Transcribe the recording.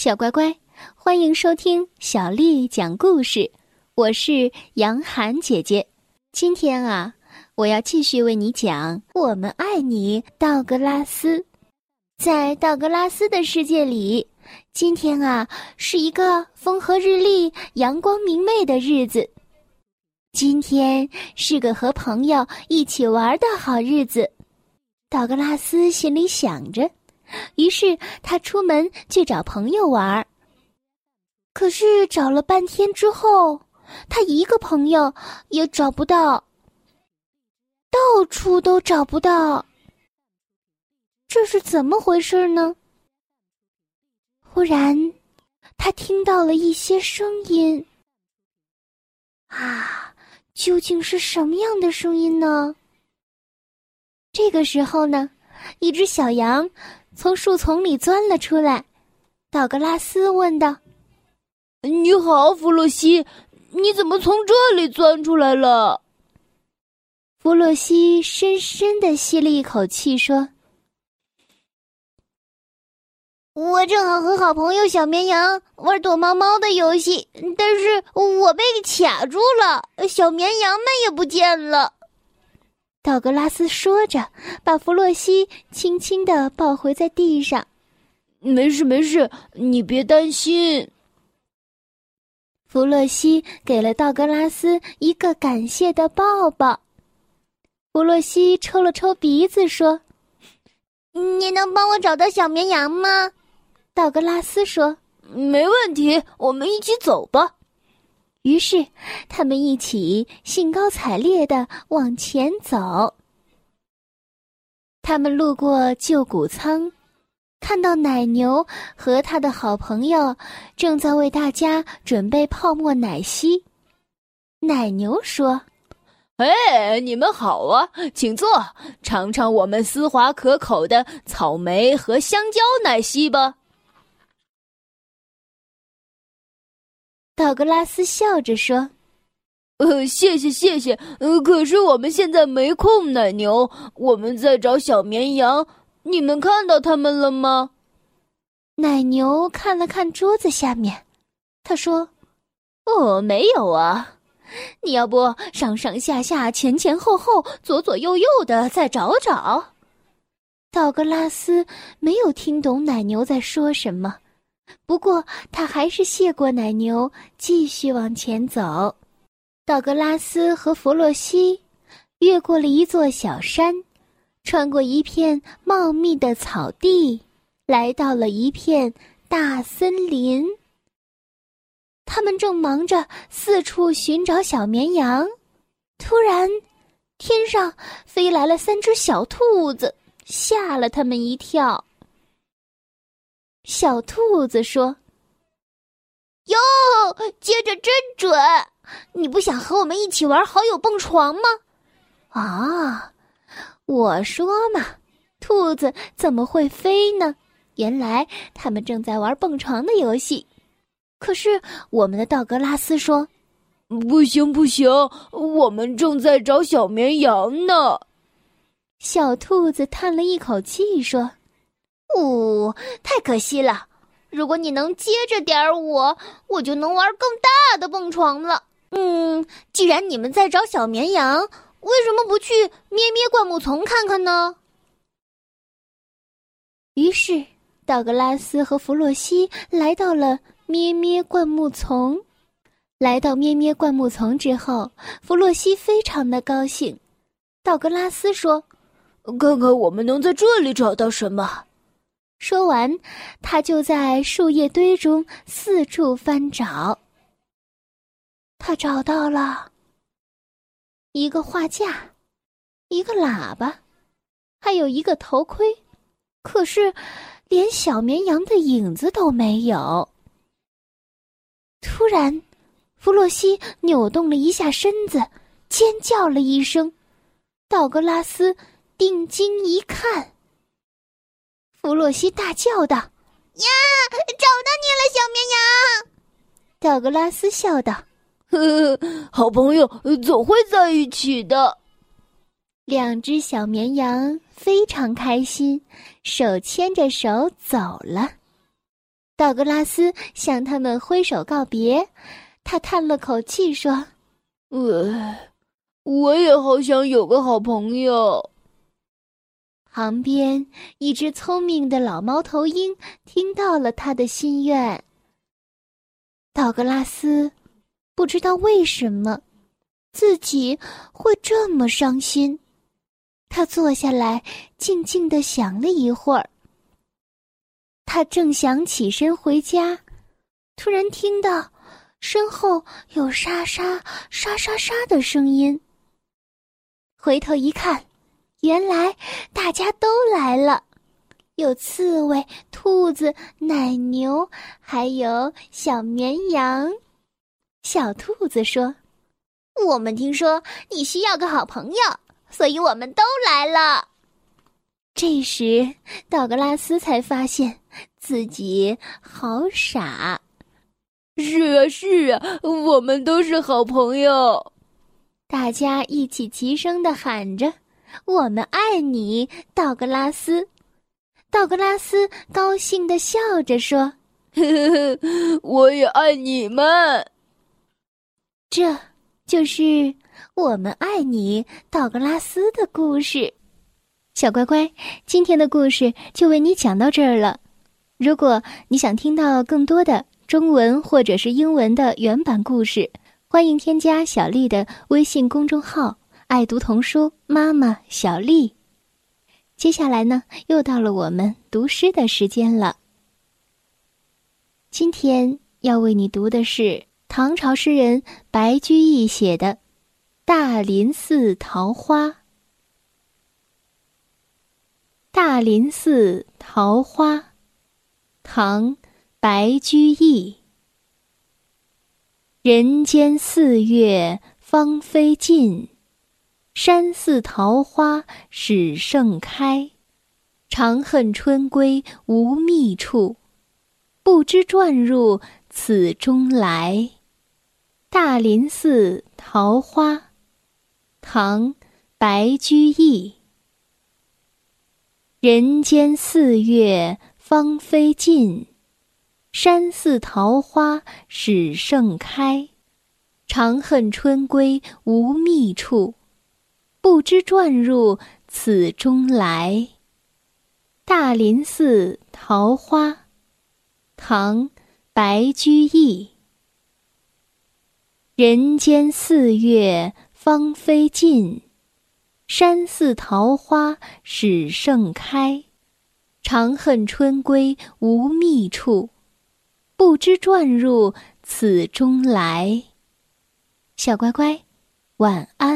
小乖乖，欢迎收听小丽讲故事，我是杨涵姐姐。今天啊，我要继续为你讲我们爱你，道格拉斯。在道格拉斯的世界里，今天啊，是一个风和日丽、阳光明媚的日子。今天是个和朋友一起玩的好日子，道格拉斯心里想着，于是他出门去找朋友玩。可是找了半天之后，他一个朋友也找不到，到处都找不到。这是怎么回事呢？忽然，他听到了一些声音。啊，究竟是什么样的声音呢？这个时候呢，一只小羊从树丛里钻了出来。道格拉斯问道： 你好，弗洛西，你怎么从这里钻出来了？ 弗洛西深深地吸了一口气说：我正好和好朋友小绵羊玩躲猫猫的游戏，但是我被卡住了，小绵羊们也不见了。道格拉斯说着，把弗洛西轻轻地抱回在地上。 没事没事，你别担心。 弗洛西给了道格拉斯一个感谢的抱抱。弗洛西抽了抽鼻子说：你能帮我找到小绵羊吗？道格拉斯说： 没问题，我们一起走吧。 于是他们一起兴高采烈地往前走。他们路过旧谷仓，看到奶牛和他的好朋友正在为大家准备泡沫奶昔。奶牛说： 哎，你们好啊，请坐，尝尝我们丝滑可口的草莓和香蕉奶昔吧。 道格拉斯笑着说： 谢谢，可是我们现在没空，奶牛，我们在找小绵羊，你们看到他们了吗？ 奶牛看了看桌子下面，他说：没有啊，你要不上上下下、前前后后、左左右右的再找找。道格拉斯没有听懂奶牛在说什么，不过他还是谢过奶牛，继续往前走。道格拉斯和弗洛西越过了一座小山，穿过一片茂密的草地，来到了一片大森林。他们正忙着四处寻找小绵羊，突然天上飞来了3只小兔子，吓了他们一跳。小兔子说：哟，接着真准，你不想和我们一起玩好友蹦床吗？啊，我说嘛，兔子怎么会飞呢？原来他们正在玩蹦床的游戏。可是我们的道格拉斯说： 不行，我们正在找小绵羊呢。 小兔子叹了一口气说：太可惜了，如果你能接着点我就能玩更大的蹦床了。既然你们在找小绵羊，为什么不去咩咩灌木丛看看呢？于是道格拉斯和弗洛西来到了咩咩灌木丛。来到咩咩灌木丛之后，弗洛西非常的高兴。道格拉斯说： 看看我们能在这里找到什么。 说完，他就在树叶堆中四处翻找。他找到了一个画架，一个喇叭，还有一个头盔，可是连小绵羊的影子都没有。突然，弗洛西扭动了一下身子，尖叫了一声。道格拉斯定睛一看，弗洛西大叫道：呀，找到你了，小绵羊！道格拉斯笑道： 好朋友总会在一起的。 2只小绵羊非常开心，手牵着手走了。 道格拉斯向他们挥手告别，他叹了口气说：“ 我也好想有个好朋友。” 旁边一只聪明的老猫头鹰听到了他的心愿。道格拉斯不知道为什么自己会这么伤心，他坐下来静静地想了一会儿。他正想起身回家，突然听到身后有沙沙沙沙沙的声音。回头一看，原来大家都来了，有刺猬、兔子、奶牛，还有小绵羊。小兔子说：“我们听说你需要个好朋友，所以我们都来了。”这时，道格拉斯才发现自己好傻。 是啊，我们都是好朋友。 大家一起齐声地喊着：“我们爱你，道格拉斯！”道格拉斯高兴地笑着说：“ 呵呵，我也爱你们。” 这就是我们爱你，道格拉斯的故事。小乖乖，今天的故事就为你讲到这儿了。如果你想听到更多的中文或者是英文的原版故事，欢迎添加小丽的微信公众号爱读童书妈妈小丽。接下来呢，又到了我们读诗的时间了。今天要为你读的是唐朝诗人白居易写的《大林寺桃花》。大林寺桃花，唐·白居易。人间四月芳菲尽，山寺桃花始盛开。长恨春归无觅处，不知转入此中来。大林寺桃花，唐·白居易。人间四月芳菲尽，山寺桃花始盛开。长恨春归无觅处，不知转入此中来。大林寺桃花，唐·白居易。人间四月芳菲尽，山寺桃花始盛开。长恨春归无觅处，不知转入此中来。小乖乖，晚安。